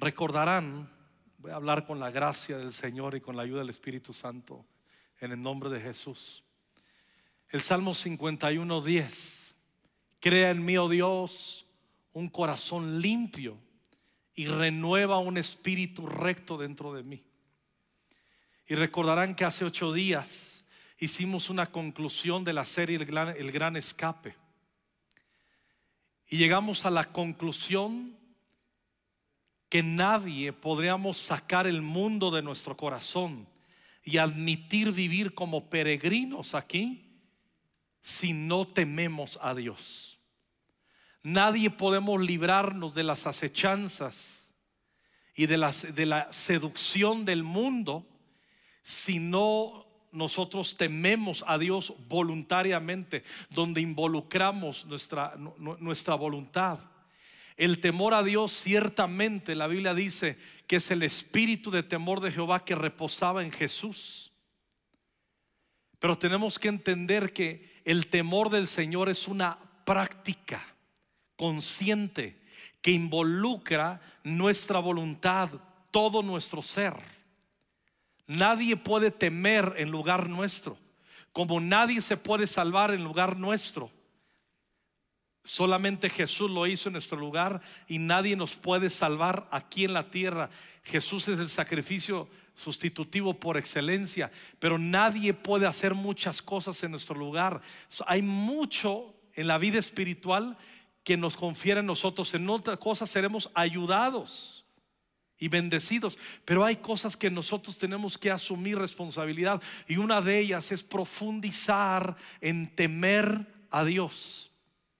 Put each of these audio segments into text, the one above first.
Recordarán, voy a hablar con la gracia del Señor y con la ayuda del Espíritu Santo en el nombre de Jesús. El Salmo 51:10: crea en mí, oh Dios, un corazón limpio y renueva un espíritu recto dentro de mí. Y recordarán que hace 8 días hicimos una conclusión de la serie El Gran Escape, y llegamos a la conclusión que nadie podríamos sacar el mundo de nuestro corazón y admitir vivir como peregrinos aquí si no tememos a Dios. Nadie podemos librarnos de las acechanzas y de la seducción del mundo si no nosotros tememos a Dios voluntariamente, donde involucramos nuestra voluntad. El temor a Dios, ciertamente la Biblia dice que es el espíritu de temor de Jehová que reposaba en Jesús. Pero tenemos que entender que el temor del Señor es una práctica consciente que involucra nuestra voluntad, todo nuestro ser. Nadie puede temer en lugar nuestro, como nadie se puede salvar en lugar nuestro. Solamente Jesús lo hizo en nuestro lugar, y nadie nos puede salvar aquí en la tierra. Jesús es el sacrificio sustitutivo por excelencia, pero nadie puede hacer muchas cosas en nuestro lugar. Hay mucho en la vida espiritual que nos confiere a nosotros. En otras cosas seremos ayudados y bendecidos, pero hay cosas que nosotros tenemos que asumir responsabilidad, y una de ellas es profundizar en temer a Dios.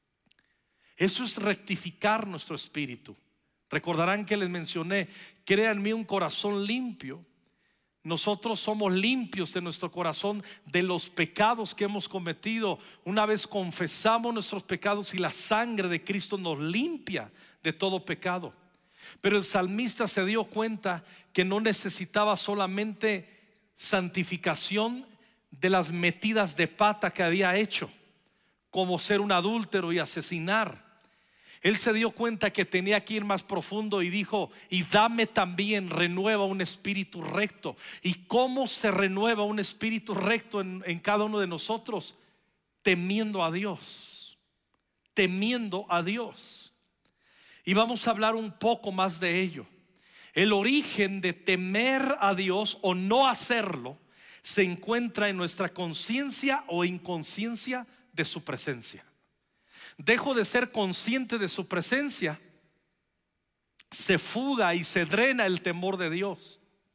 Eso es rectificar nuestro espíritu. Recordarán que les mencioné: crea en mí un corazón limpio. Nosotros somos limpios de nuestro corazón de los pecados que hemos cometido. Una vez confesamos nuestros pecados y la sangre de Cristo nos limpia de todo pecado. Pero el salmista se dio cuenta que no necesitaba solamente santificación de las metidas de pata que había hecho, como ser un adúltero y asesinar. Él se dio cuenta que tenía que ir más profundo y dijo: y dame también, renueva un espíritu recto. ¿Y cómo se renueva un espíritu recto en cada uno de nosotros? Temiendo a Dios, temiendo a Dios. Y vamos a hablar un poco más de ello. El origen de temer a Dios o no hacerlo se encuentra en nuestra conciencia o inconsciencia de su presencia. Dejo de ser consciente de su presencia, se fuga y se drena el temor de Dios.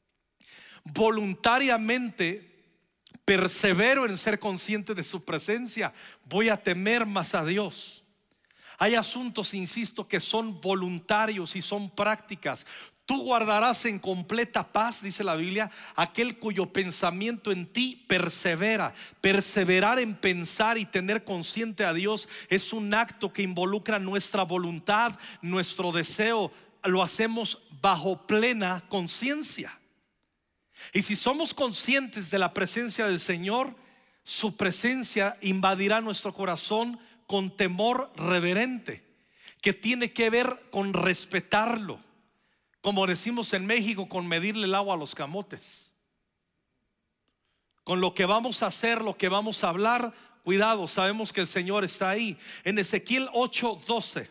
Voluntariamente persevero en ser consciente de su presencia, voy a temer más a Dios. Hay asuntos, insisto, que son voluntarios y son prácticas. Tú guardarás en completa paz, dice la Biblia, aquel cuyo pensamiento en ti persevera. Perseverar en pensar y tener consciente a Dios es un acto que involucra nuestra voluntad, nuestro deseo. Lo hacemos bajo plena conciencia. Y si somos conscientes de la presencia del Señor, su presencia invadirá nuestro corazón con temor reverente, que tiene que ver con respetarlo. Como decimos en México, con medirle el agua a los camotes. Con lo que vamos a hacer, lo que vamos a hablar, cuidado, sabemos que el Señor está ahí. En Ezequiel 8:12,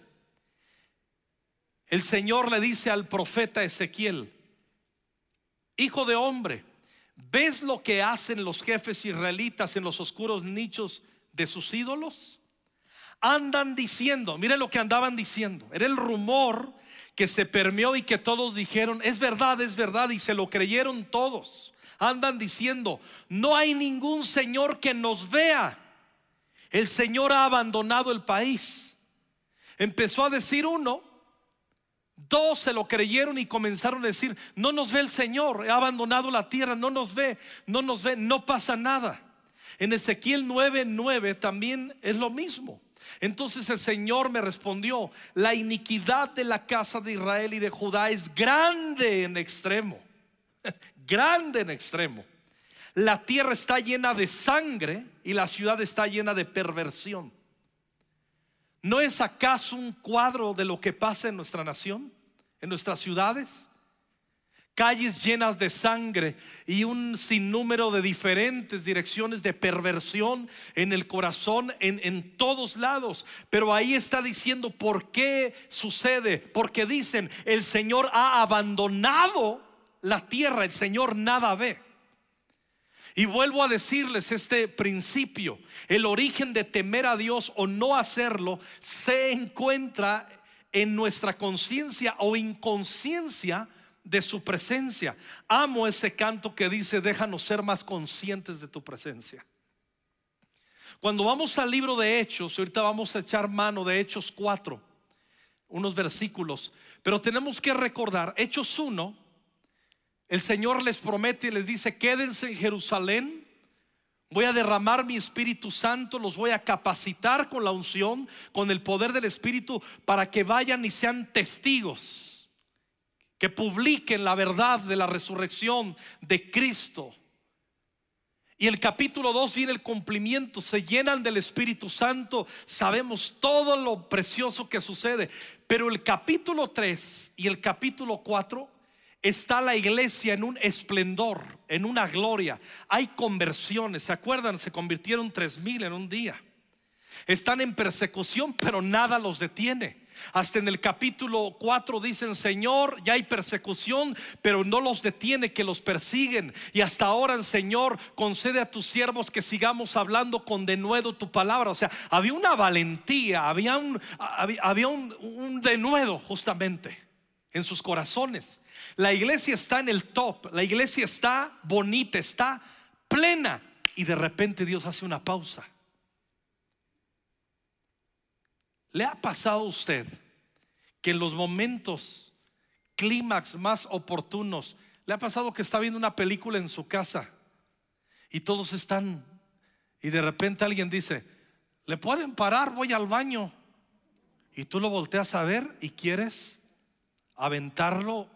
el Señor le dice al profeta Ezequiel: hijo de hombre, ¿ves lo que hacen los jefes israelitas en los oscuros nichos de sus ídolos? Andan diciendo, mire lo que andaban diciendo. Era el rumor que se permeó y que todos dijeron: es verdad, y se lo creyeron todos. Andan diciendo: no hay ningún Señor que nos vea. El Señor ha abandonado el país. Empezó a decir uno, dos se lo creyeron y comenzaron a decir: no nos ve el Señor, ha abandonado la tierra, no nos ve, no pasa nada. En Ezequiel 9:9 también es lo mismo. Entonces el Señor me respondió: la iniquidad de la casa de Israel y de Judá es grande en extremo. Grande en extremo. La tierra está llena de sangre y la ciudad está llena de perversión. ¿No es acaso un cuadro de lo que pasa en nuestra nación? en nuestras ciudades, calles llenas de sangre y un sinnúmero de diferentes direcciones de perversión en el corazón, en todos lados. Pero ahí está diciendo por qué sucede, porque dicen: el Señor ha abandonado la tierra, el Señor nada ve. Y vuelvo a decirles este principio: el origen de temer a Dios o no hacerlo se encuentra en nuestra conciencia o inconsciencia de su presencia. Amo ese canto que dice: déjanos ser más conscientes de tu presencia. Cuando vamos al libro de Hechos, ahorita vamos a echar mano de Hechos 4, unos versículos, pero tenemos que recordar Hechos 1. El Señor les promete y les dice: quédense en Jerusalén, voy a derramar mi Espíritu Santo, los voy a capacitar con la unción, con el poder del Espíritu, para que vayan y sean testigos, que publiquen la verdad de la resurrección de Cristo. Y el capítulo 2 viene el cumplimiento: se llenan del Espíritu Santo, sabemos todo lo precioso que sucede. Pero el capítulo 3 y el capítulo 4 está la iglesia en un esplendor, en una gloria. Hay conversiones, ¿se acuerdan? Se convirtieron 3,000 en un día. Están en persecución, pero nada los detiene. Hasta en el capítulo 4 dicen: Señor, ya hay persecución, pero no los detiene, que los persiguen. Y hasta ahora, Señor, concede a tus siervos que sigamos hablando con denuedo tu palabra. O sea, había una valentía, había un denuedo justamente en sus corazones. La iglesia está en el top, la iglesia está bonita, está plena. Y de repente Dios hace una pausa. ¿Le ha pasado a usted que en los momentos clímax más oportunos, le ha pasado que está viendo una película en su casa y todos están, y de repente alguien dice: ¿le pueden parar? Voy al baño. Y tú lo volteas a ver y quieres aventarlo?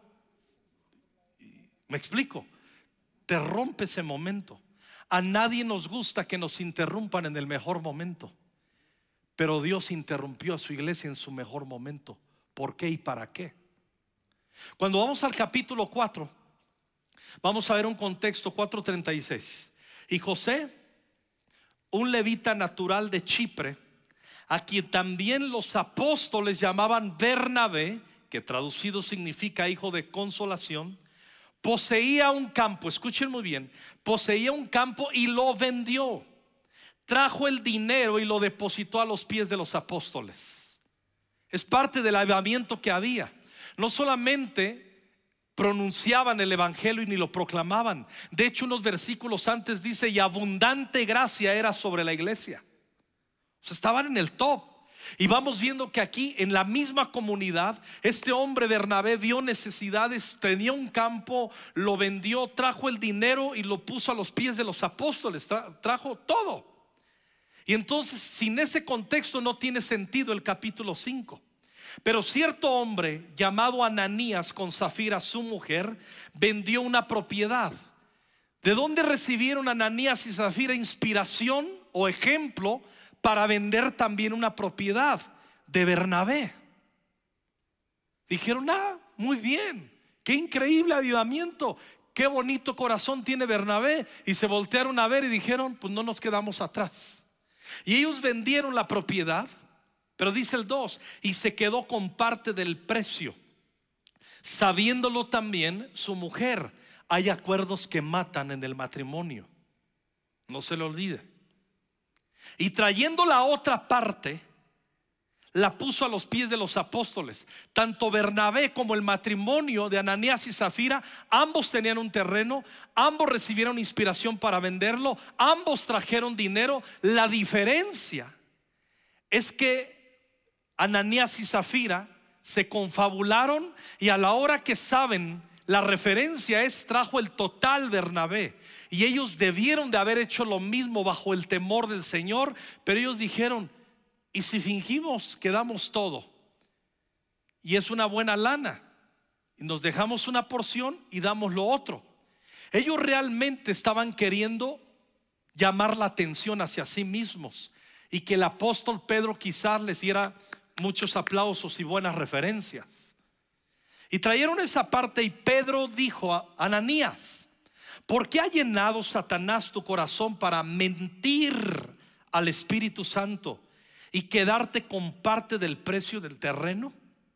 ¿Me explico? Te rompe ese momento. A nadie nos gusta que nos interrumpan en el mejor momento, pero Dios interrumpió a su iglesia en su mejor momento. ¿Por qué y para qué? Cuando vamos al capítulo 4, vamos a ver un contexto. 4:36. Y José, un levita natural de Chipre, a quien también los apóstoles llamaban Bernabé, que traducido significa hijo de consolación, poseía un campo. Escuchen muy bien: poseía un campo y lo vendió. Trajo el dinero y lo depositó a los pies de los apóstoles. Es parte del avivamiento que había. No solamente pronunciaban el evangelio y ni lo proclamaban. De hecho, unos versículos antes dice: y abundante gracia era sobre la iglesia. O sea, estaban en el top. Y vamos viendo que aquí en la misma comunidad, este hombre Bernabé vio necesidades, tenía un campo, lo vendió, trajo el dinero y lo puso a los pies de los apóstoles. Trajo todo. Y entonces, sin ese contexto no tiene sentido el capítulo 5. Pero cierto hombre llamado Ananías, con Zafira su mujer, vendió una propiedad. ¿De dónde recibieron Ananías y Zafira inspiración o ejemplo para vender también una propiedad? De Bernabé. Dijeron: muy bien, qué increíble avivamiento, qué bonito corazón tiene Bernabé. Y se voltearon a ver y dijeron: pues no nos quedamos atrás. Y ellos vendieron la propiedad, pero dice el 2: y se quedó con parte del precio, sabiéndolo también su mujer. Hay acuerdos que matan en el matrimonio, no se le olvide. Y trayendo la otra parte, la puso a los pies de los apóstoles. Tanto Bernabé como el matrimonio de Ananías y Zafira, ambos tenían un terreno, ambos recibieron inspiración para venderlo, ambos trajeron dinero. La diferencia es que Ananías y Zafira se confabularon, y a la hora que saben, la referencia es: trajo el total Bernabé. Y ellos debieron de haber hecho lo mismo bajo el temor del Señor, pero ellos dijeron: ¿y si fingimos que damos todo y es una buena lana y nos dejamos una porción y damos lo otro? Ellos realmente estaban queriendo llamar la atención hacia sí mismos, y que el apóstol Pedro quizás les diera muchos aplausos y buenas referencias. Y trajeron esa parte y Pedro dijo a Ananías: ¿por qué ha llenado Satanás tu corazón para mentir al Espíritu Santo y quedarte con parte del precio del terreno?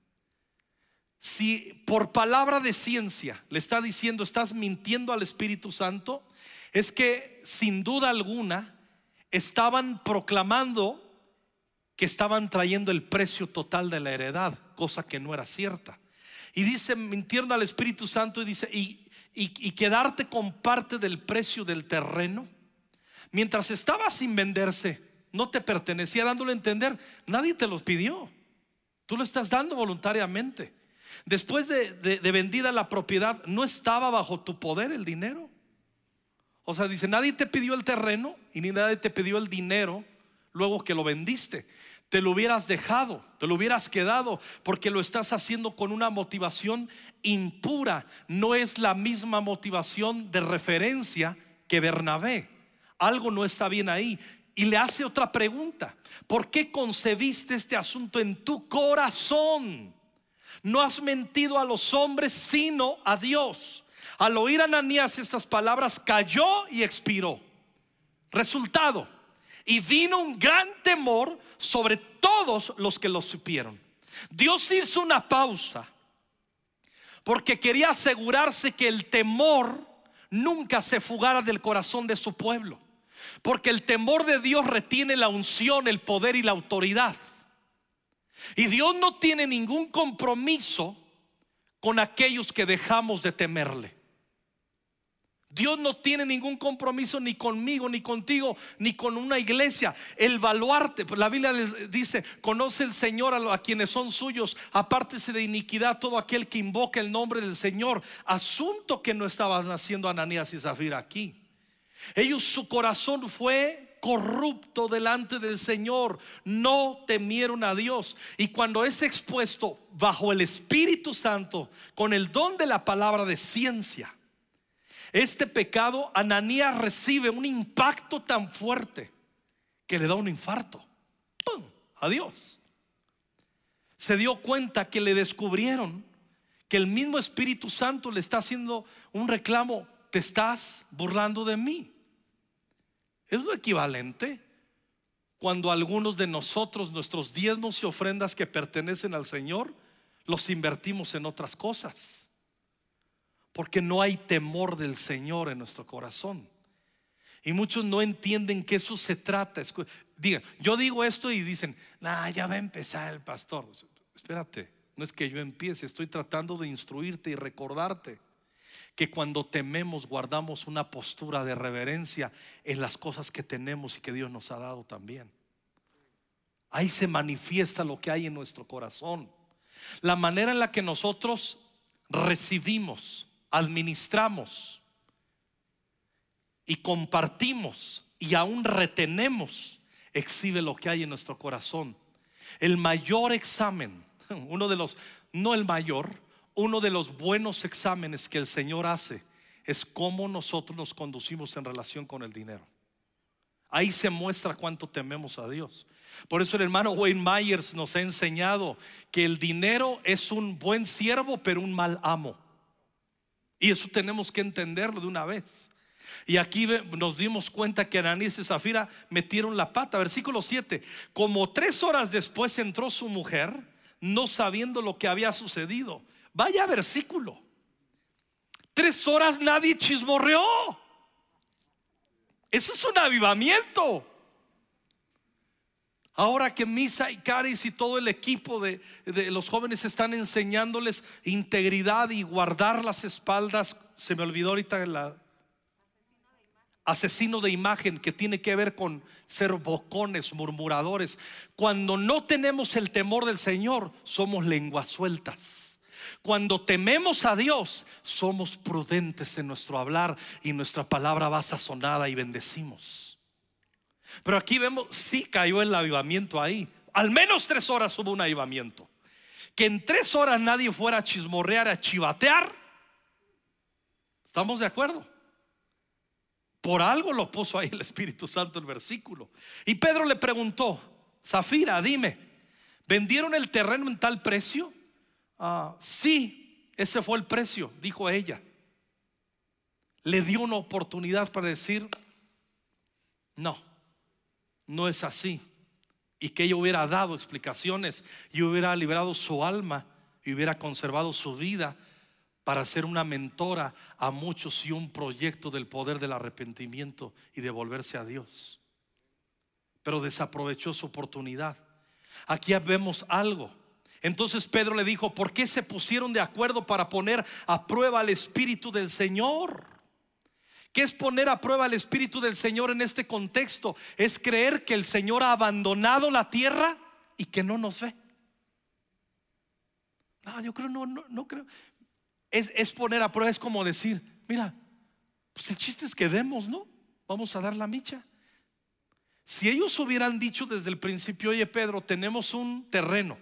Si por palabra de ciencia le está diciendo estás mintiendo al Espíritu Santo, es que sin duda alguna estaban proclamando que estaban trayendo el precio total de la heredad, cosa que no era cierta. Y dice, mintieron al Espíritu Santo, y dice, y quedarte con parte del precio del terreno. Mientras estaba sin venderse, no te pertenecía, dándole a entender, nadie te los pidió, tú lo estás dando voluntariamente. Después de vendida la propiedad, no estaba bajo tu poder el dinero. O sea, dice, nadie te pidió el terreno y ni nadie te pidió el dinero luego que lo vendiste. Te lo hubieras dejado, te lo hubieras quedado, porque lo estás haciendo con una motivación impura. No es la misma motivación de referencia que Bernabé. Algo no está bien ahí. Y le hace otra pregunta: ¿por qué concebiste este asunto en tu corazón? No has mentido a los hombres sino a Dios. Al oír a Ananías estas palabras, cayó y expiró. Resultado: y vino un gran temor sobre todos los que lo supieron. Dios hizo una pausa porque quería asegurarse que el temor nunca se fugara del corazón de su pueblo, porque el temor de Dios retiene la unción, el poder y la autoridad. Y Dios no tiene ningún compromiso con aquellos que dejamos de temerle. Dios no tiene ningún compromiso ni conmigo, ni contigo, ni con una iglesia. El baluarte, la Biblia les dice: conoce el Señor a quienes son suyos, apártese de iniquidad todo aquel que invoca el nombre del Señor. Asunto que no estaban haciendo Ananías y Zafira aquí. Ellos, su corazón fue corrupto delante del Señor, no temieron a Dios. Y cuando es expuesto bajo el Espíritu Santo, con el don de la palabra de ciencia, este pecado, Ananías recibe un impacto tan fuerte que le da un infarto. ¡Pum! Adiós. Se dio cuenta que le descubrieron que el mismo Espíritu Santo le está haciendo un reclamo: te estás burlando de mí. Es lo equivalente cuando algunos de nosotros, nuestros diezmos y ofrendas que pertenecen al Señor, los invertimos en otras cosas, porque no hay temor del Señor en nuestro corazón. Y muchos no entienden que eso se trata. Digan, yo digo esto y dicen, nah, ya va a empezar el pastor. Espérate, no es que yo empiece, estoy tratando de instruirte y recordarte que cuando tememos guardamos una postura de reverencia en las cosas que tenemos y que Dios nos ha dado también. Ahí se manifiesta lo que hay en nuestro corazón. La manera en la que nosotros recibimos, administramos y compartimos y aún retenemos, exhibe lo que hay en nuestro corazón. El mayor examen, uno de los, no el mayor, uno de los buenos exámenes que el Señor hace es cómo nosotros nos conducimos en relación con el dinero. Ahí se muestra cuánto tememos a Dios. Por eso el hermano Wayne Myers nos ha enseñado que el dinero es un buen siervo pero un mal amo. Y eso tenemos que entenderlo de una vez. Y aquí nos dimos cuenta que Ananías y Zafira metieron la pata. Versículo 7: como 3 horas después entró su mujer, no sabiendo lo que había sucedido. Vaya versículo. 3 horas nadie chismorreó. Eso es un avivamiento. Ahora que Misa y Caris y todo el equipo de los jóvenes están enseñándoles integridad y guardar las espaldas. Se me olvidó ahorita la asesino de imagen, que tiene que ver con ser bocones, murmuradores. Cuando no tenemos el temor del Señor, somos lenguas sueltas. Cuando tememos a Dios, somos prudentes en nuestro hablar y nuestra palabra va sazonada y bendecimos. Pero aquí vemos, sí cayó el avivamiento ahí. Al menos 3 horas hubo un avivamiento. Que en 3 horas nadie fuera a chismorrear, a chivatear. ¿Estamos de acuerdo? Por algo lo puso ahí el Espíritu Santo el versículo. Y Pedro le preguntó: Zafira, dime, ¿vendieron el terreno en tal precio? Sí. ese fue el precio, dijo ella. Le dio una oportunidad para decir: no, no es así. Y que ella hubiera dado explicaciones y hubiera liberado su alma y hubiera conservado su vida para ser una mentora a muchos y un proyecto del poder del arrepentimiento y de volverse a Dios. Pero desaprovechó su oportunidad. Aquí vemos algo. Entonces Pedro le dijo: ¿por qué se pusieron de acuerdo para poner a prueba al Espíritu del Señor? ¿Qué es poner a prueba al Espíritu del Señor en este contexto? Es creer que el Señor ha abandonado la tierra y que no nos ve. No, yo creo, no creo. Es poner a prueba, es como decir: mira, pues el chiste es que demos, ¿no? Vamos a dar la micha. Si ellos hubieran dicho desde el principio: oye Pedro, tenemos un terreno,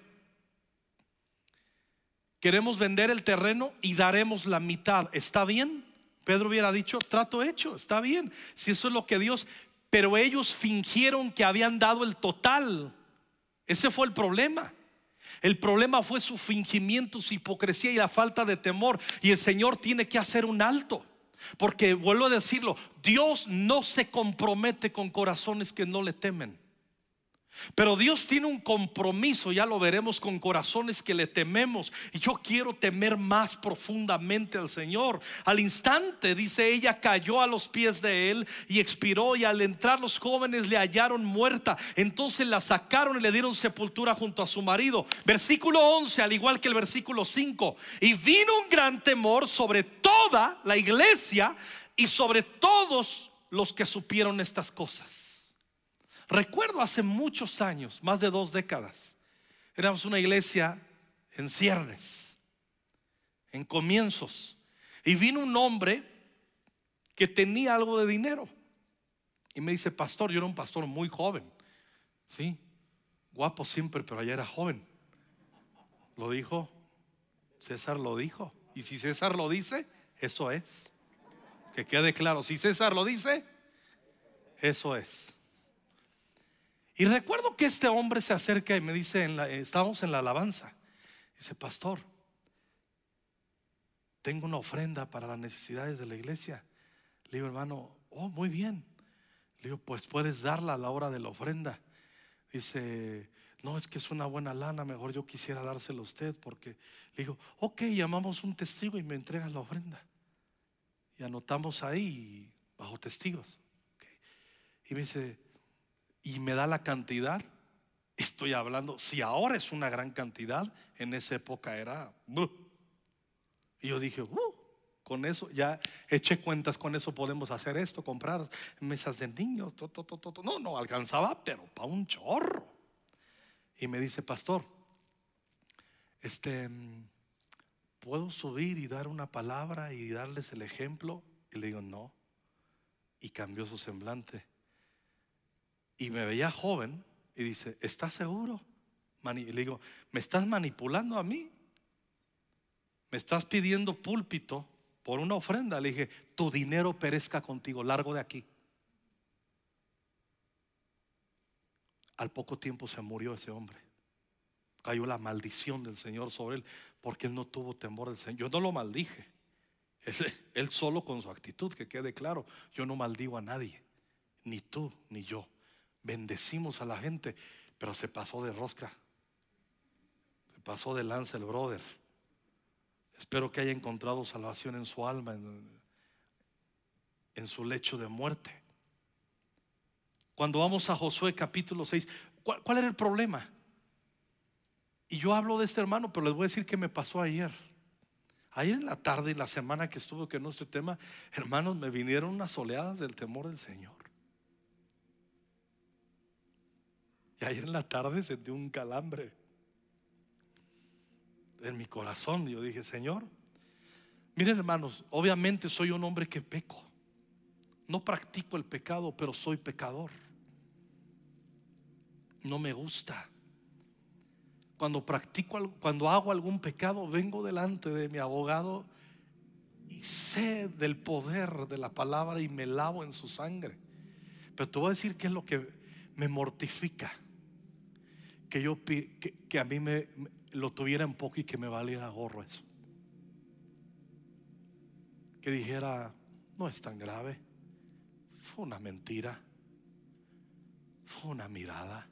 queremos vender el terreno y daremos la mitad, ¿está bien? Pedro hubiera dicho: trato hecho, está bien, si eso es lo que Dios. Pero ellos fingieron que habían dado el total. Ese fue el problema. El problema fue su fingimiento, su hipocresía y la falta de temor. Y el Señor tiene que hacer un alto, porque vuelvo a decirlo, Dios no se compromete con corazones que no le temen. Pero Dios tiene un compromiso, ya lo veremos, con corazones que le tememos. Y yo quiero temer más profundamente al Señor. Al instante, dice ella, cayó a los pies de él y expiró. Y al entrar los jóvenes le hallaron muerta. Entonces la sacaron y le dieron sepultura junto a su marido. Versículo 11, al igual que el versículo 5. Y vino un gran temor sobre toda la iglesia y sobre todos los que supieron estas cosas. Recuerdo hace muchos años, más de 2 décadas, éramos una iglesia en ciernes, en comienzos, y vino un hombre que tenía algo de dinero y me dice: pastor, yo era un pastor muy joven, sí, guapo siempre, pero allá era joven. Lo dijo César, lo dijo. Y si César lo dice, eso es. Que quede claro, si César lo dice, eso es. Y recuerdo que este hombre se acerca y me dice, estábamos en la alabanza, dice: pastor, tengo una ofrenda para las necesidades de la iglesia. Le digo: hermano, oh, muy bien. Le digo: pues puedes darla a la hora de la ofrenda. Dice: no, es que es una buena lana, mejor yo quisiera dársela a usted, porque. Le digo: ok, llamamos un testigo y me entrega la ofrenda. Y anotamos ahí bajo testigos. Okay. Y me dice: y me da la cantidad. Estoy hablando, si ahora es una gran cantidad, en esa época era y yo dije: con eso ya eché cuentas, con eso podemos hacer esto, comprar mesas de niños, no alcanzaba, pero para un chorro. Y me dice: pastor, ¿puedo subir y dar una palabra y darles el ejemplo? Y le digo: no. Y cambió su semblante y me veía joven y dice: ¿estás seguro? Y le digo: ¿me estás manipulando a mí? ¿Me estás pidiendo púlpito por una ofrenda? Le dije: tu dinero perezca contigo, largo de aquí. Al poco tiempo se murió ese hombre. Cayó la maldición del Señor sobre él, porque él no tuvo temor del Señor. Yo no lo maldije, él solo con su actitud, que quede claro. Yo no maldigo a nadie, ni tú ni yo. Bendecimos a la gente, pero se pasó de rosca, se pasó de lanza el brother. Espero que haya encontrado salvación en su alma, en su lecho de muerte. Cuando vamos a Josué capítulo 6, ¿cuál era el problema? Y yo hablo de este hermano, pero les voy a decir qué me pasó ayer. Ayer en la tarde, en la semana que estuvo que no este tema, hermanos, me vinieron unas oleadas del temor del Señor. Y ayer en la tarde sentí un calambre en mi corazón. Yo dije: Señor, miren hermanos, obviamente soy un hombre que peco. No practico el pecado, pero soy pecador. No me gusta. Cuando hago algún pecado, vengo delante de mi abogado y sé del poder de la palabra y me lavo en su sangre. Pero te voy a decir qué es lo que me mortifica: que a mí me lo tuviera en poco y que me valiera gorro eso. que dijera: no es tan grave, fue una mentira, fue una mirada,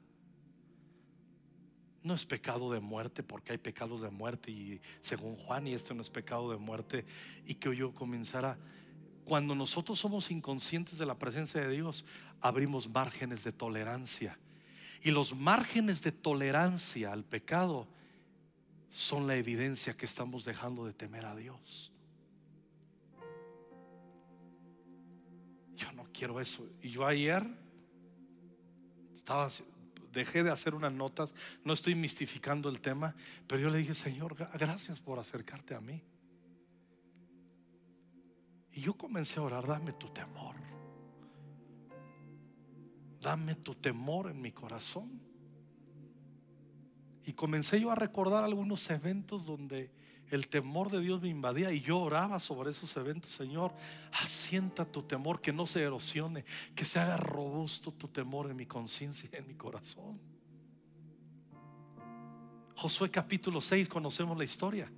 no es pecado de muerte, porque hay pecados de muerte y según Juan, y este no es pecado de muerte. Y que yo comenzara, cuando nosotros somos inconscientes de la presencia de Dios, abrimos márgenes de tolerancia, y los márgenes de tolerancia al pecado son la evidencia que estamos dejando de temer a Dios. Yo no quiero eso. Y yo ayer dejé de hacer unas notas. No estoy mistificando el tema, pero yo le dije: Señor, gracias por acercarte a mí. Y yo comencé a orar: dame tu temor, dame tu temor en mi corazón. Y comencé yo a recordar algunos eventos donde el temor de Dios me invadía, y yo oraba sobre esos eventos: Señor, asienta tu temor, que no se erosione, que se haga robusto tu temor en mi conciencia y en mi corazón. Josué capítulo 6, conocemos la historia.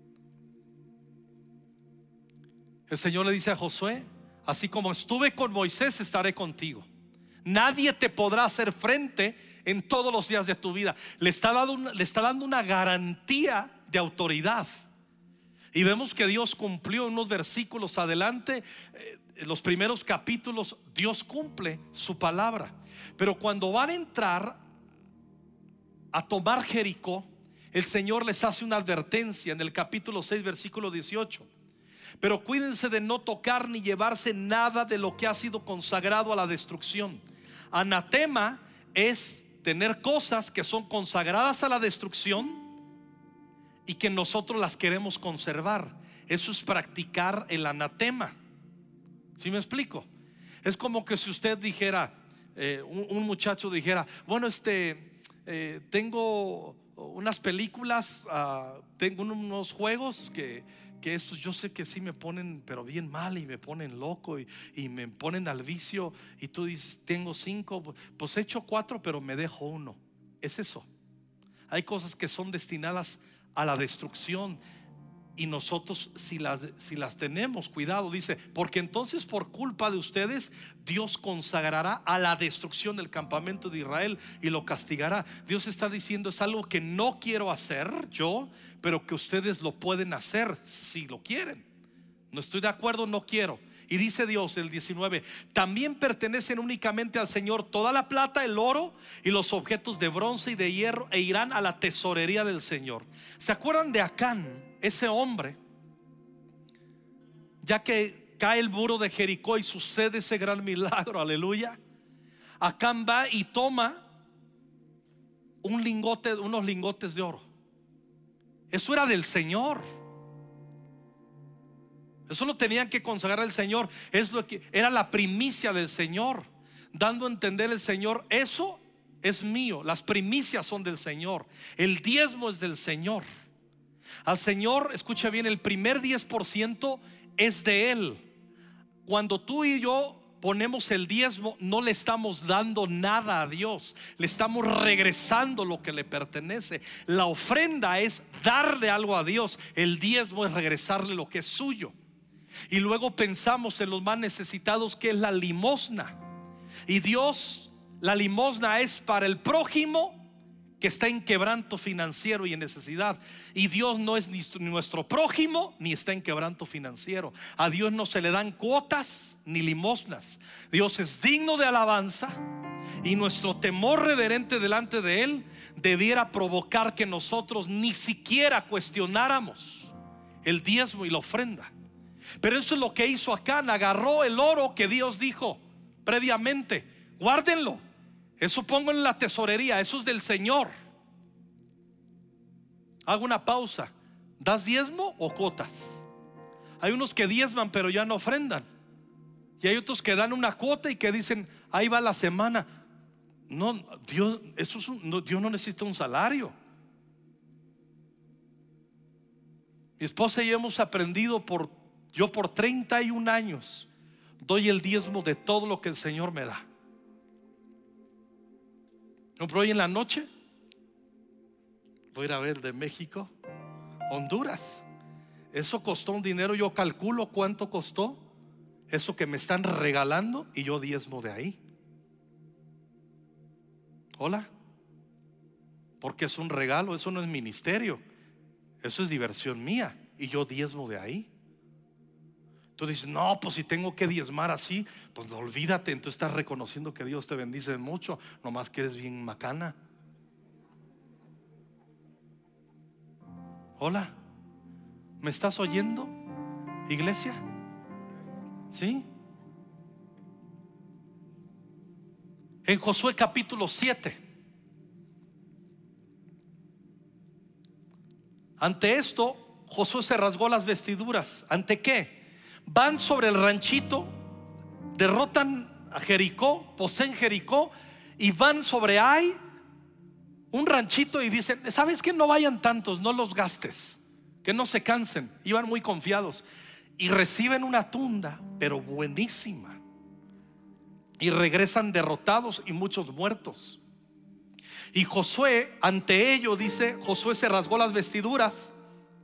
El Señor le dice a Josué: así como estuve con Moisés, estaré contigo. Nadie te podrá hacer frente en todos los días de tu vida. Le está dando una garantía de autoridad. Y vemos que Dios cumplió en unos versículos adelante. En los primeros capítulos Dios cumple su palabra. Pero cuando van a entrar a tomar Jericó, el Señor les hace una advertencia en el capítulo 6, versículo 18: pero cuídense de no tocar ni llevarse nada de lo que ha sido consagrado a la destrucción. Anatema es tener cosas que son consagradas a la destrucción y que nosotros las queremos conservar. Eso es practicar el anatema. ¿Sí me explico? Es como que si usted dijera, un muchacho dijera: bueno, tengo unas películas, tengo unos juegos que estos yo sé que sí me ponen pero bien mal, y me ponen loco, y me ponen al vicio. Y tú dices: tengo 5, pues he hecho 4, pero me dejo 1. Es eso. Hay cosas que son destinadas a la destrucción, y nosotros si las tenemos, cuidado, dice: porque entonces por culpa de ustedes Dios consagrará a la destrucción del campamento de Israel y lo castigará. Dios está diciendo: es algo que no quiero hacer yo, pero que ustedes lo pueden hacer si lo quieren. No estoy de acuerdo, no quiero. Y dice Dios, el 19: también pertenecen únicamente al Señor toda la plata, el oro y los objetos de bronce y de hierro, e irán a la tesorería del Señor. ¿Se acuerdan de Acán, ese hombre? Ya que cae el muro de Jericó y sucede ese gran milagro, aleluya, Acán va y toma unos lingotes de oro. Eso era del Señor. Eso lo tenían que consagrar al Señor. Es lo que era la primicia del Señor, dando a entender el Señor: eso es mío, las primicias son del Señor, el diezmo es del Señor. Al Señor, escucha bien, el primer 10% es de Él. Cuando tú y yo ponemos el diezmo, no le estamos dando nada a Dios, le estamos regresando lo que le pertenece. La ofrenda es darle algo a Dios, el diezmo es regresarle lo que es suyo. Y luego pensamos en los más necesitados, que es la limosna. Y Dios, la limosna es para el prójimo que está en quebranto financiero y en necesidad. Y Dios no es ni nuestro prójimo ni está en quebranto financiero. A Dios no se le dan cuotas ni limosnas. Dios es digno de alabanza, y nuestro temor reverente delante de Él debiera provocar que nosotros ni siquiera cuestionáramos el diezmo y la ofrenda. Pero eso es lo que hizo Acán. Agarró el oro que Dios dijo previamente: guárdenlo, eso pongo en la tesorería, eso es del Señor. Hago una pausa. ¿Das diezmo o cuotas? Hay unos que diezman pero ya no ofrendan, y hay otros que dan una cuota y que dicen: ahí va la semana. No, Dios, Dios no necesita un salario. Mi esposa y yo hemos aprendido yo por 31 años doy el diezmo de todo lo que el Señor me da. No, pero hoy en la noche voy a ir a ver de México, Honduras. eso costó un dinero. Yo calculo cuánto costó eso que me están regalando y yo diezmo de ahí. Hola. Porque es un regalo, eso no es ministerio, eso es diversión mía y yo diezmo de ahí. Tú dices, no, pues si tengo que diezmar así, pues no, olvídate. Entonces estás reconociendo que Dios te bendice mucho, nomás que eres bien macana. Hola, ¿me estás oyendo, iglesia? ¿Sí? En Josué capítulo 7. Ante esto, Josué se rasgó las vestiduras. ¿Ante qué? Van sobre el ranchito, derrotan a Jericó, poseen Jericó y van sobre Ai, un ranchito, y dicen, ¿sabes qué? No vayan tantos, no los gastes, que no se cansen. Iban muy confiados y reciben una tunda, pero buenísima, y regresan derrotados y muchos muertos. Y Josué, ante ello, dice, Josué se rasgó las vestiduras,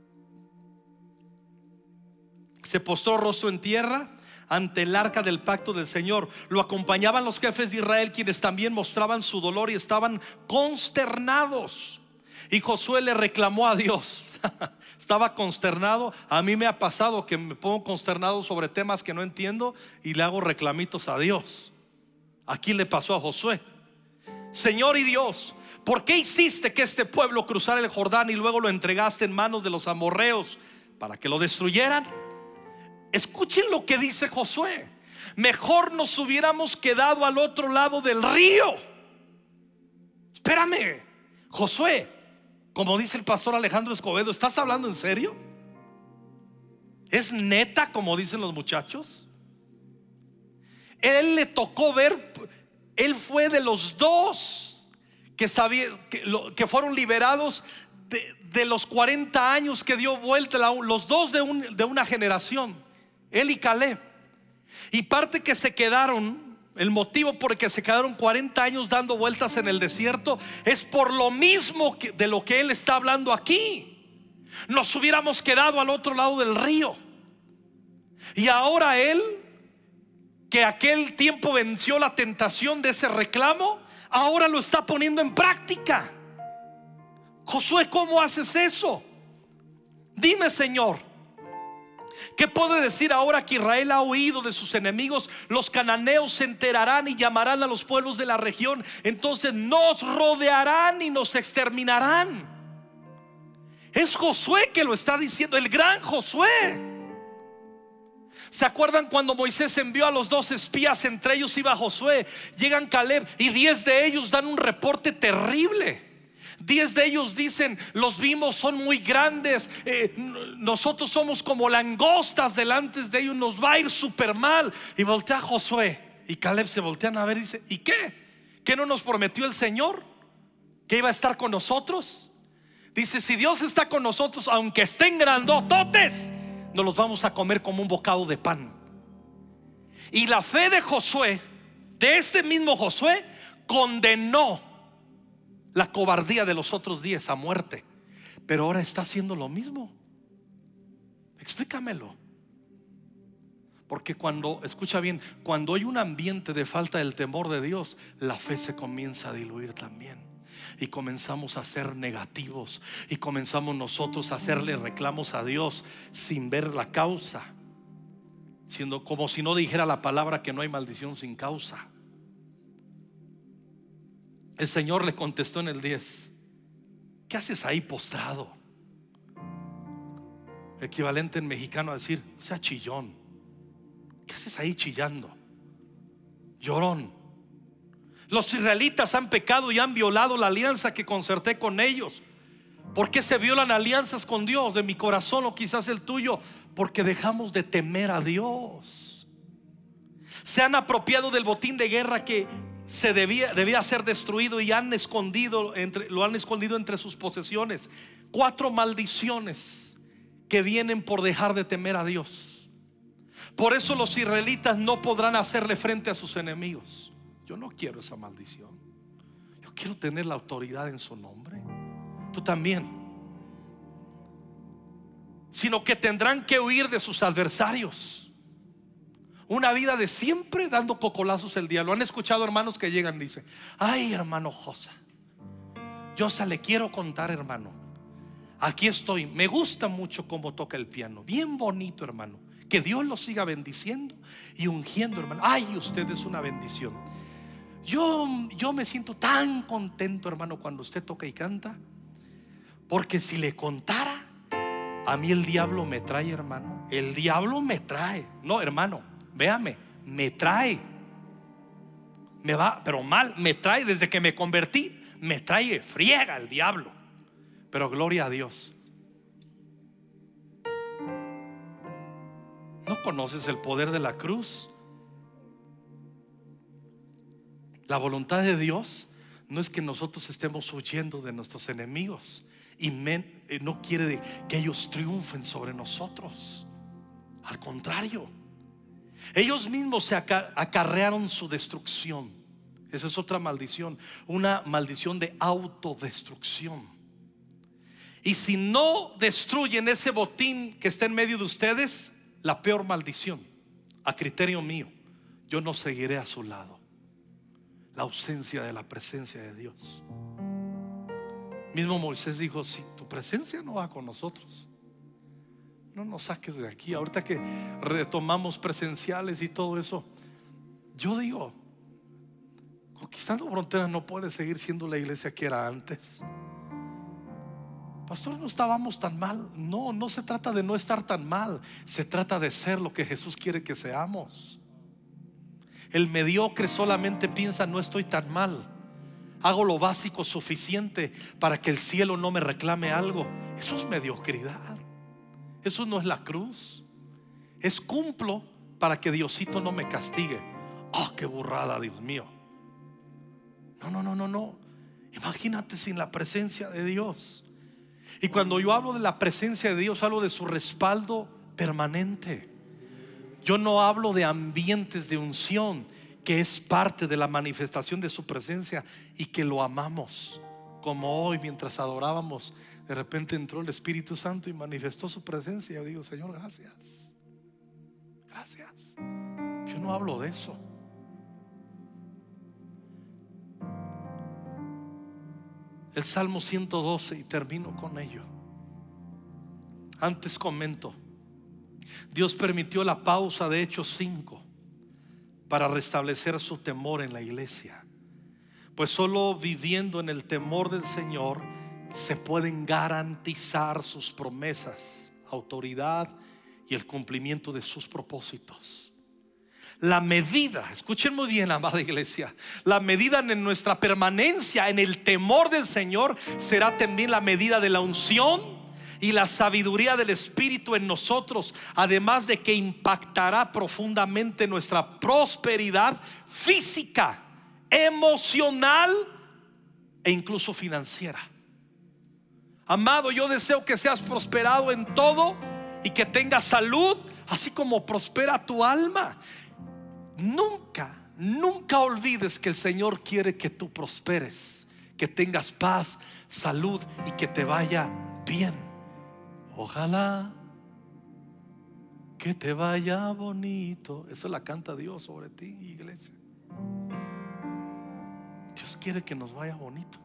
se postró rostro en tierra ante el arca del pacto del Señor. Lo acompañaban los jefes de Israel, quienes también mostraban su dolor y estaban consternados. Y Josué le reclamó a Dios. Estaba consternado. A mí me ha pasado que me pongo consternado sobre temas que no entiendo y le hago reclamitos a Dios. Aquí le pasó a Josué. Señor y Dios, ¿por qué hiciste que este pueblo cruzara el Jordán y luego lo entregaste en manos de los amorreos para que lo destruyeran? Escuchen lo que dice Josué. Mejor nos hubiéramos quedado al otro lado del río. Espérame, Josué, como dice el pastor Alejandro Escobedo, ¿estás hablando en serio? ¿Es neta, como dicen los muchachos? Él le tocó ver. Él fue de los dos que fueron liberados de los 40 años que dio vuelta, los dos de una generación, él y Caleb. Y parte que se quedaron, el motivo por el que se quedaron 40 años dando vueltas en el desierto es por lo mismo de lo que él está hablando aquí. Nos hubiéramos quedado al otro lado del río. Y ahora él, que aquel tiempo venció la tentación de ese reclamo, ahora lo está poniendo en práctica. Josué, ¿cómo haces eso? Dime, Señor, ¿qué puede decir ahora que Israel ha huido de sus enemigos? Los cananeos se enterarán y llamarán a los pueblos de la región. Entonces nos rodearán y nos exterminarán. Es Josué que lo está diciendo, el gran Josué. ¿Se acuerdan cuando Moisés envió a los 2 espías? Entre ellos iba Josué. Llegan Caleb y 10 de ellos dan un reporte terrible. 10 de ellos dicen, los vimos, son muy grandes, nosotros somos como langostas delante de ellos, nos va a ir súper mal. Y voltea Josué y Caleb, se voltean a ver y dice, ¿y qué? ¿Qué no nos prometió el Señor? ¿Que iba a estar con nosotros? Dice, si Dios está con nosotros, aunque estén grandototes, nos los vamos a comer como un bocado de pan. Y la fe de Josué, de este mismo Josué, condenó la cobardía de los otros 10 a muerte. Pero ahora está haciendo lo mismo. Explícamelo. Porque escucha bien, cuando hay un ambiente de falta del temor de Dios, la fe se comienza a diluir también. Y comenzamos a ser negativos, y comenzamos nosotros a hacerle reclamos a Dios sin ver la causa, siendo como si no dijera la palabra que no hay maldición sin causa. El Señor le contestó en el 10, ¿qué haces ahí postrado? Equivalente en mexicano a decir, o sea, chillón. ¿Qué haces ahí chillando? Llorón. Los israelitas han pecado y han violado la alianza que concerté con ellos. ¿Por qué se violan alianzas con Dios? De mi corazón o quizás el tuyo, porque dejamos de temer a Dios. Se han apropiado del botín de guerra que debía ser destruido y lo han escondido entre sus posesiones. 4 maldiciones que vienen por dejar de temer a Dios. Por eso los israelitas no podrán hacerle frente a sus enemigos. Yo no quiero esa maldición. Yo quiero tener la autoridad en su nombre. Tú también. sino que tendrán que huir de sus adversarios. Una vida de siempre dando cocolazos al diablo. ¿Han escuchado hermanos que llegan y dicen: ay, hermano Josa, yo se le quiero contar, hermano, aquí estoy, me gusta mucho cómo toca el piano, bien bonito, hermano, que Dios lo siga bendiciendo y ungiendo, hermano. Ay, usted es una bendición. Yo me siento tan contento, hermano, cuando usted toca y canta, porque si le contara, a mí el diablo me trae, hermano. El diablo me trae. No, hermano, véame, me trae. Me va, pero mal, me trae. Desde que me convertí, me trae friega el diablo. Pero gloria a Dios. ¿No conoces el poder de la cruz? La voluntad de Dios no es que nosotros estemos huyendo de nuestros enemigos, y no quiere que ellos triunfen sobre nosotros. Al contrario, ellos mismos se acarrearon su destrucción. Esa es otra maldición, una maldición de autodestrucción. Y si no destruyen ese botín que está en medio de ustedes, la peor maldición, a criterio mío, yo no seguiré a su lado. La ausencia de la presencia de Dios. Mismo Moisés dijo: si tu presencia no va con nosotros, no nos saques de aquí. Ahorita que retomamos presenciales y todo eso, yo digo, Conquistando Fronteras no puede seguir siendo la iglesia que era antes. Pastor, no estábamos tan mal. No, no se trata de no estar tan mal, se trata de ser lo que Jesús quiere que seamos. El mediocre solamente piensa: no estoy tan mal, hago lo básico suficiente para que el cielo no me reclame algo. Eso es mediocridad. Eso no es la cruz. Es cumplo para que Diosito no me castigue. Oh, qué burrada, Dios mío. No. Imagínate sin la presencia de Dios. Y cuando yo hablo de la presencia de Dios, hablo de su respaldo permanente. Yo no hablo de ambientes de unción, que es parte de la manifestación de su presencia y que lo amamos. Como hoy, mientras adorábamos, de repente entró el Espíritu Santo y manifestó su presencia. Yo digo: Señor, gracias. Gracias. Yo no hablo de eso. El Salmo 112, y termino con ello. Antes comento, Dios permitió la pausa de Hechos 5 para restablecer su temor en la iglesia, pues solo viviendo en el temor del Señor se pueden garantizar sus promesas, autoridad y el cumplimiento de sus propósitos. La medida, escuchen muy bien, amada iglesia, la medida en nuestra permanencia en el temor del Señor será también la medida de la unción y la sabiduría del Espíritu en nosotros, además de que impactará profundamente nuestra prosperidad física, emocional e incluso financiera. Amado, yo deseo que seas prosperado en todo y que tengas salud, así como prospera tu alma. Nunca olvides que el Señor quiere que tú prosperes, que tengas paz, salud y que te vaya bien. Ojalá que te vaya bonito. Eso la canta Dios sobre ti, iglesia. Dios quiere que nos vaya bonito.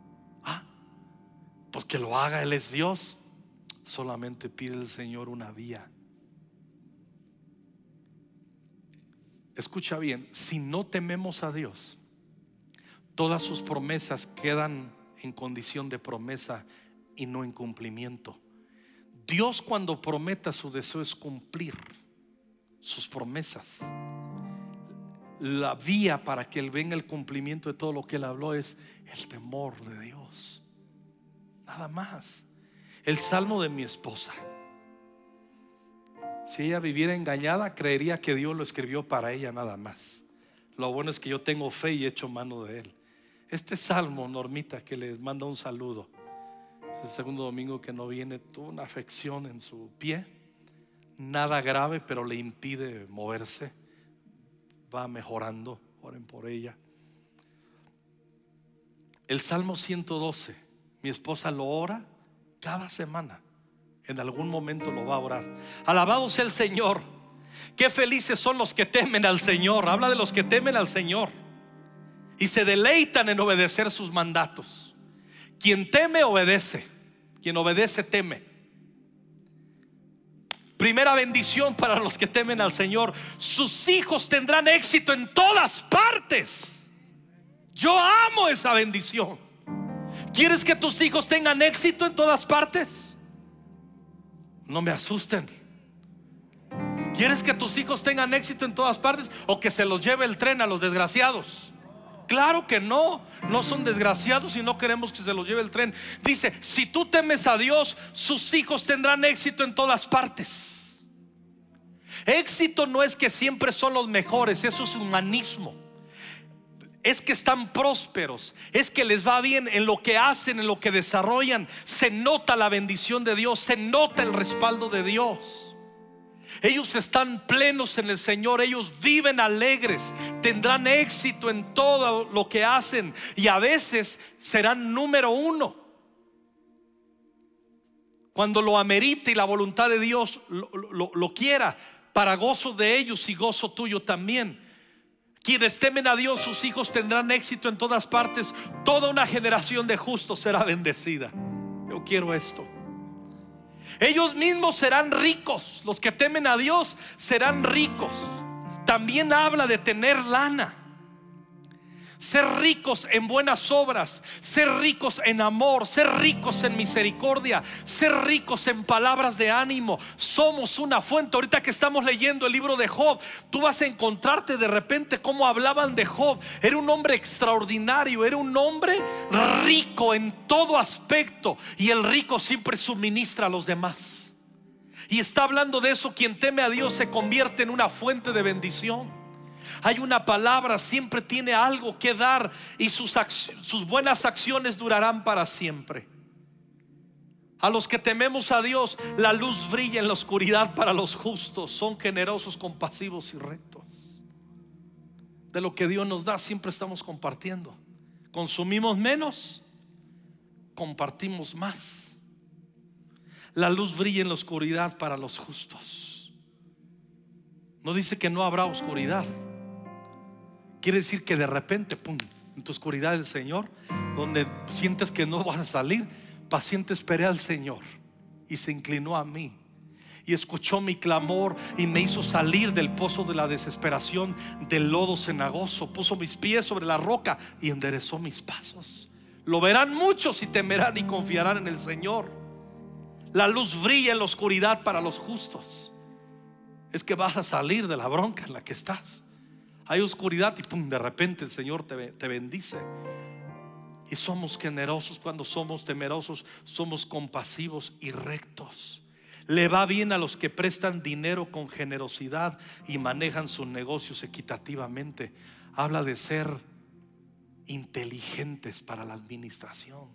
Pues que lo haga, Él es Dios. Solamente pide al Señor una vía. Escucha bien, si no tememos a Dios, todas sus promesas quedan en condición de promesa y no en cumplimiento. Dios, cuando prometa, su deseo es cumplir sus promesas. La vía para que Él venga el cumplimiento de todo lo que Él habló es el temor de Dios. Nada más. El salmo de mi esposa, si ella viviera engañada, creería que Dios lo escribió para ella nada más. Lo bueno es que yo tengo fe y echo mano de él. Este salmo, Normita, que les manda un saludo, es el segundo domingo que no viene, tuvo una afección en su pie, nada grave, pero le impide moverse. Va mejorando, oren por ella. El Salmo 112, mi esposa lo ora cada semana en algún momento lo va a orar. Alabado sea el Señor. Qué felices son los que temen al Señor. Habla de los que temen al Señor y se deleitan en obedecer sus mandatos. Quien teme, obedece. Quien obedece, teme. Primera bendición para los que temen al Señor: sus hijos tendrán éxito en todas partes. Yo amo esa bendición. ¿Quieres que tus hijos tengan éxito en todas partes? No me asusten. ¿Quieres que tus hijos tengan éxito en todas partes o que se los lleve el tren a los desgraciados? Claro que no, no son desgraciados y no queremos que se los lleve el tren. Dice, si tú temes a Dios, sus hijos tendrán éxito en todas partes. Éxito no es que siempre son los mejores, eso es humanismo. Es que están prósperos, es que les va bien en lo que hacen, en lo que desarrollan. Se nota la bendición de Dios, se nota el respaldo de Dios. Ellos están plenos en el Señor, ellos viven alegres, tendrán éxito en todo lo que hacen y a veces serán número uno cuando lo amerite y la voluntad de Dios lo quiera, para gozo de ellos y gozo tuyo también. Quienes temen a Dios, sus hijos tendrán éxito en todas partes. Toda una generación de justos será bendecida. Yo quiero esto. Ellos mismos serán ricos. Los que temen a Dios serán ricos. También habla de tener lana. Ser ricos en buenas obras, ser ricos en amor, ser ricos en misericordia, ser ricos en palabras de ánimo. Somos una fuente. Ahorita que estamos leyendo el libro de Job, tú vas a encontrarte de repente cómo hablaban de Job. Era un hombre extraordinario, era un hombre rico en todo aspecto, y el rico siempre suministra a los demás. Y está hablando de eso: quien teme a Dios se convierte en una fuente de bendición. Hay una palabra, siempre tiene algo que dar, y sus buenas acciones durarán para siempre. A los que tememos a Dios, la luz brilla en la oscuridad para los justos. Son generosos, compasivos y rectos. De lo que Dios nos da siempre estamos compartiendo. Consumimos menos, compartimos más. La luz brilla en la oscuridad para los justos. No dice que no habrá oscuridad. Quiere decir que de repente, pum, en tu oscuridad del Señor, donde sientes que no vas a salir, paciente esperé al Señor y se inclinó a mí y escuchó mi clamor y me hizo salir del pozo de la desesperación, del lodo cenagoso. Puso mis pies sobre la roca y enderezó mis pasos. Lo verán muchos y temerán y confiarán en el Señor. La luz brilla en la oscuridad para los justos. Es que vas a salir de la bronca en la que estás. Hay oscuridad y pum, de repente el Señor te bendice. Y somos generosos cuando somos temerosos, somos compasivos y rectos. Le va bien a los que prestan dinero con generosidad y manejan sus negocios equitativamente. Habla de ser inteligentes para la administración.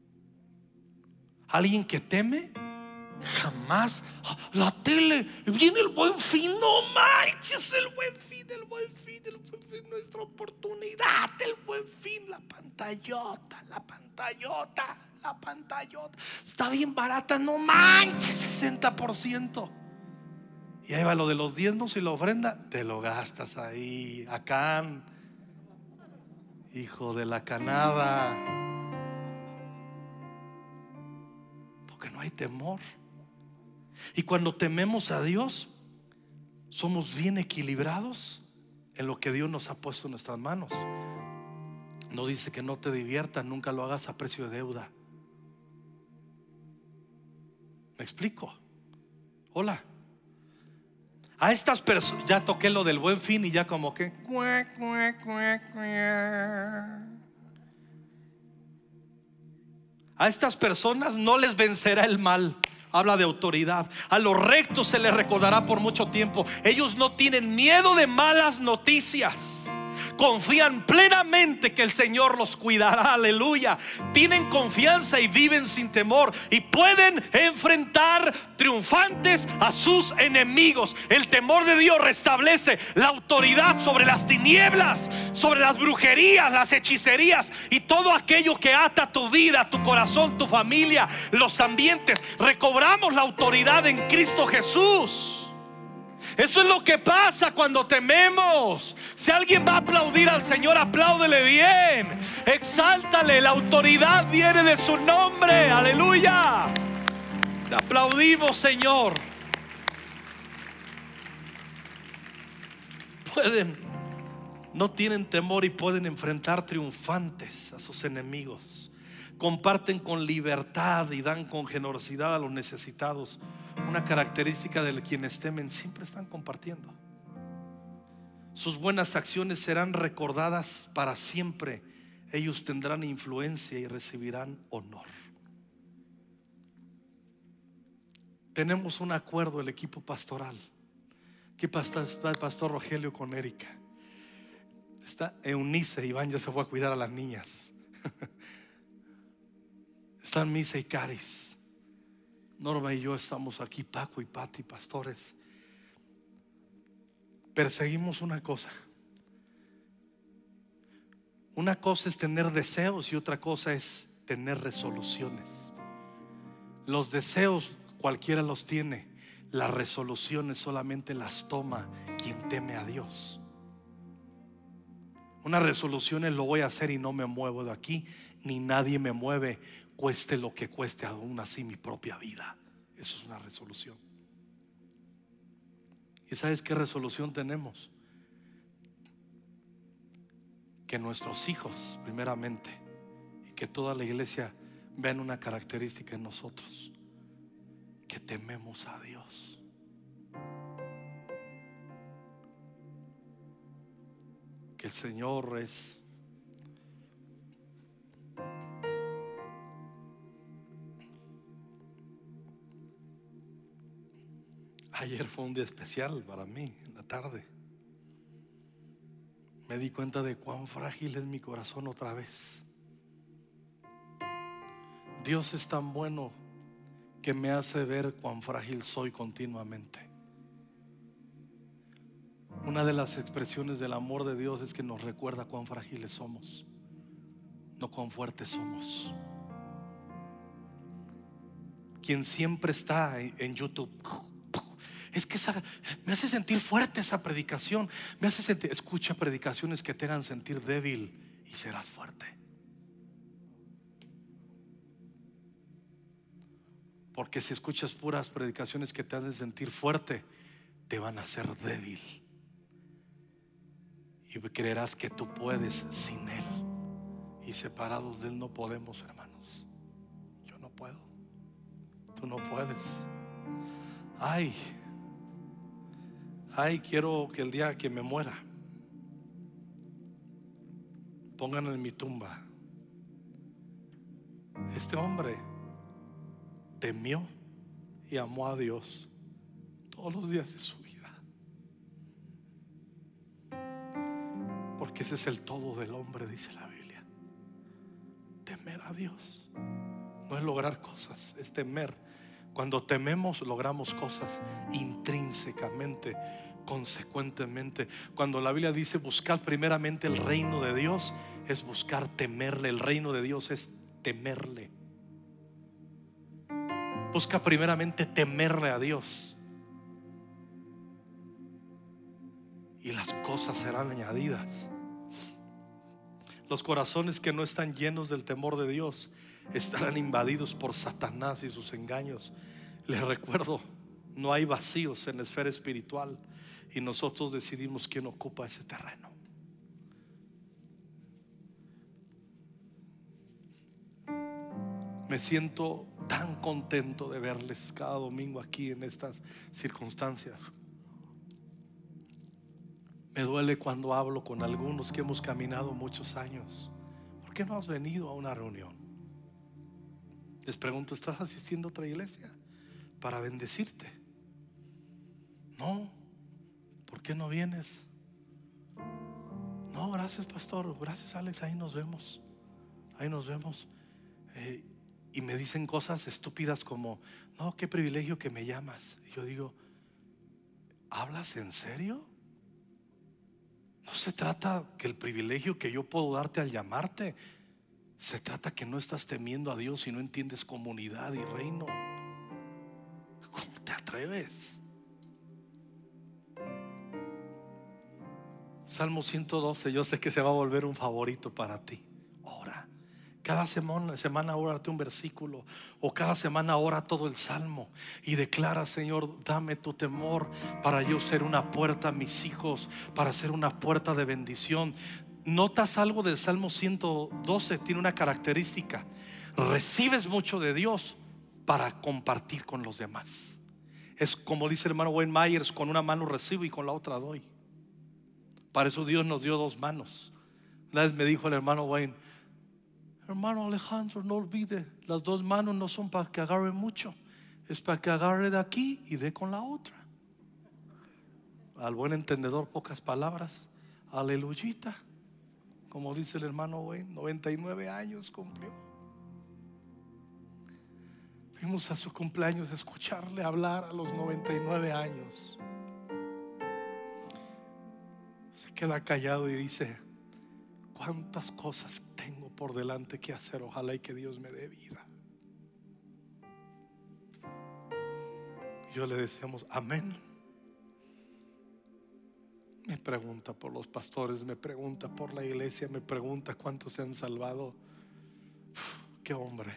Alguien que teme jamás, la tele, viene el Buen Fin, no manches, el Buen Fin, el Buen Fin, el Buen Fin, nuestra oportunidad, el Buen Fin, la pantallota, la pantallota, la pantallota, está bien barata, no manches, 60%. Y ahí va lo de los diezmos y la ofrenda, te lo gastas ahí, Acán, hijo de la canada, porque no hay temor. Y cuando tememos a Dios, somos bien equilibrados en lo que Dios nos ha puesto en nuestras manos. No dice que no te diviertas, nunca lo hagas a precio de deuda. ¿Me explico? Hola. A estas personas, ya toqué lo del Buen Fin y ya como que a estas personas no les vencerá el mal. Habla de autoridad. A los rectos se les recordará por mucho tiempo. Ellos no tienen miedo de malas noticias. confían plenamente que el Señor los cuidará. Aleluya. Tienen confianza y viven sin temor y pueden enfrentar triunfantes a sus enemigos. El temor de Dios restablece la autoridad sobre las tinieblas, sobre las brujerías, las hechicerías y todo aquello que ata tu vida, tu corazón, tu familia, los ambientes. Recobramos la autoridad en Cristo Jesús. Eso es lo que pasa cuando tememos. Si alguien va a aplaudir al Señor, apláudele bien, exáltale. La autoridad viene de su nombre. Aleluya. Te aplaudimos, Señor. No tienen temor y pueden enfrentar triunfantes a sus enemigos. Comparten con libertad y dan con generosidad a los necesitados. Una característica de quienes temen: siempre están compartiendo. Sus buenas acciones serán recordadas para siempre. Ellos tendrán influencia y recibirán honor. Tenemos un acuerdo, el equipo pastoral. Aquí está el pastor Rogelio con Erika. Está Eunice. Iván ya se fue a cuidar a las niñas. Están Misa y Caris. Norma y yo estamos aquí, Paco y Pati, pastores. Perseguimos una cosa. Una cosa es tener deseos y otra cosa es tener resoluciones. Los deseos cualquiera los tiene. Las resoluciones solamente las toma quien teme a Dios. Una resolución es: lo voy a hacer y no me muevo de aquí, ni nadie me mueve, cueste lo que cueste, aún así mi propia vida. Eso es una resolución. ¿Y sabes qué resolución tenemos? Que nuestros hijos, primeramente, y que toda la iglesia vean una característica en nosotros: que tememos a Dios. Que el Señor es Ayer fue un día especial para mí. En la tarde me di cuenta de cuán frágil es mi corazón otra vez. Dios es tan bueno que me hace ver cuán frágil soy continuamente. Una de las expresiones del amor de Dios es que nos recuerda cuán frágiles somos, no cuán fuertes somos. Quien siempre está en YouTube: es que me hace sentir fuerte esa predicación, me hace sentir. Escucha predicaciones que te hagan sentir débil y serás fuerte. Porque si escuchas puras predicaciones que te hacen sentir fuerte, te van a hacer débil y creerás que tú puedes sin Él, y separados de Él no podemos, hermanos. Yo no puedo, tú no puedes. Quiero que el día que me muera pongan en mi tumba: este hombre temió y amó a Dios todos los días de su vida. Porque ese es el todo del hombre, dice la Biblia: temer a Dios. No es lograr cosas, es temer. Cuando tememos, logramos cosas intrínsecamente, consecuentemente. Cuando la Biblia dice buscad primeramente el reino de Dios, es buscar temerle. El reino de Dios es temerle. Busca primeramente temerle a Dios, y las cosas serán añadidas. Los corazones que no están llenos del temor de Dios estarán invadidos por Satanás y sus engaños. Les recuerdo, no hay vacíos en la esfera espiritual, y nosotros decidimos quién ocupa ese terreno. Me siento tan contento de verles cada domingo aquí en estas circunstancias. Me duele cuando hablo con algunos que hemos caminado muchos años: ¿por qué no has venido a una reunión? Les pregunto: ¿estás asistiendo a otra iglesia para bendecirte? No. ¿Por qué no vienes? No. No, gracias pastor, gracias Alex, ahí nos vemos. Ahí nos vemos. Y me dicen cosas estúpidas como: no, qué privilegio que me llamas. Y yo digo: ¿hablas en serio? No se trata que el privilegio que yo puedo darte al llamarte, se trata que no estás temiendo a Dios y no entiendes comunidad y reino. ¿Cómo te atreves? Salmo 112, yo sé que se va a volver un favorito para ti. Ora. Cada semana órate un versículo, o cada semana ora todo el salmo y declara: Señor, dame tu temor para yo ser una puerta a mis hijos, para ser una puerta de bendición. ¿Notas algo del Salmo 112? Tiene una característica: recibes mucho de Dios para compartir con los demás. Es como dice el hermano Wayne Myers: con una mano recibo y con la otra doy. Para eso Dios nos dio dos manos. Una vez me dijo el hermano Wayne: hermano Alejandro, no olvide, las dos manos no son para que agarre mucho, es para que agarre de aquí y dé con la otra. Al buen entendedor, pocas palabras. Aleluyita, como dice el hermano Wayne, 99 años cumplió. Fuimos a su cumpleaños a escucharle hablar a los 99 años. Se queda callado y dice: cuántas cosas tengo por delante que hacer, ojalá y que Dios me dé vida. Y yo le decíamos: amén. Me pregunta por los pastores, me pregunta por la iglesia, me pregunta cuántos se han salvado. Qué hombre.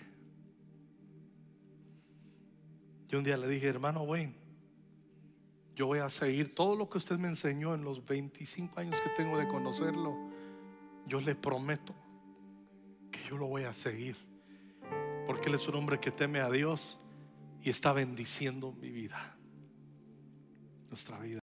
Yo un día le dije: hermano Wayne, yo voy a seguir todo lo que usted me enseñó en los 25 años que tengo de conocerlo. Yo le prometo que yo lo voy a seguir, porque él es un hombre que teme a Dios y está bendiciendo mi vida, nuestra vida.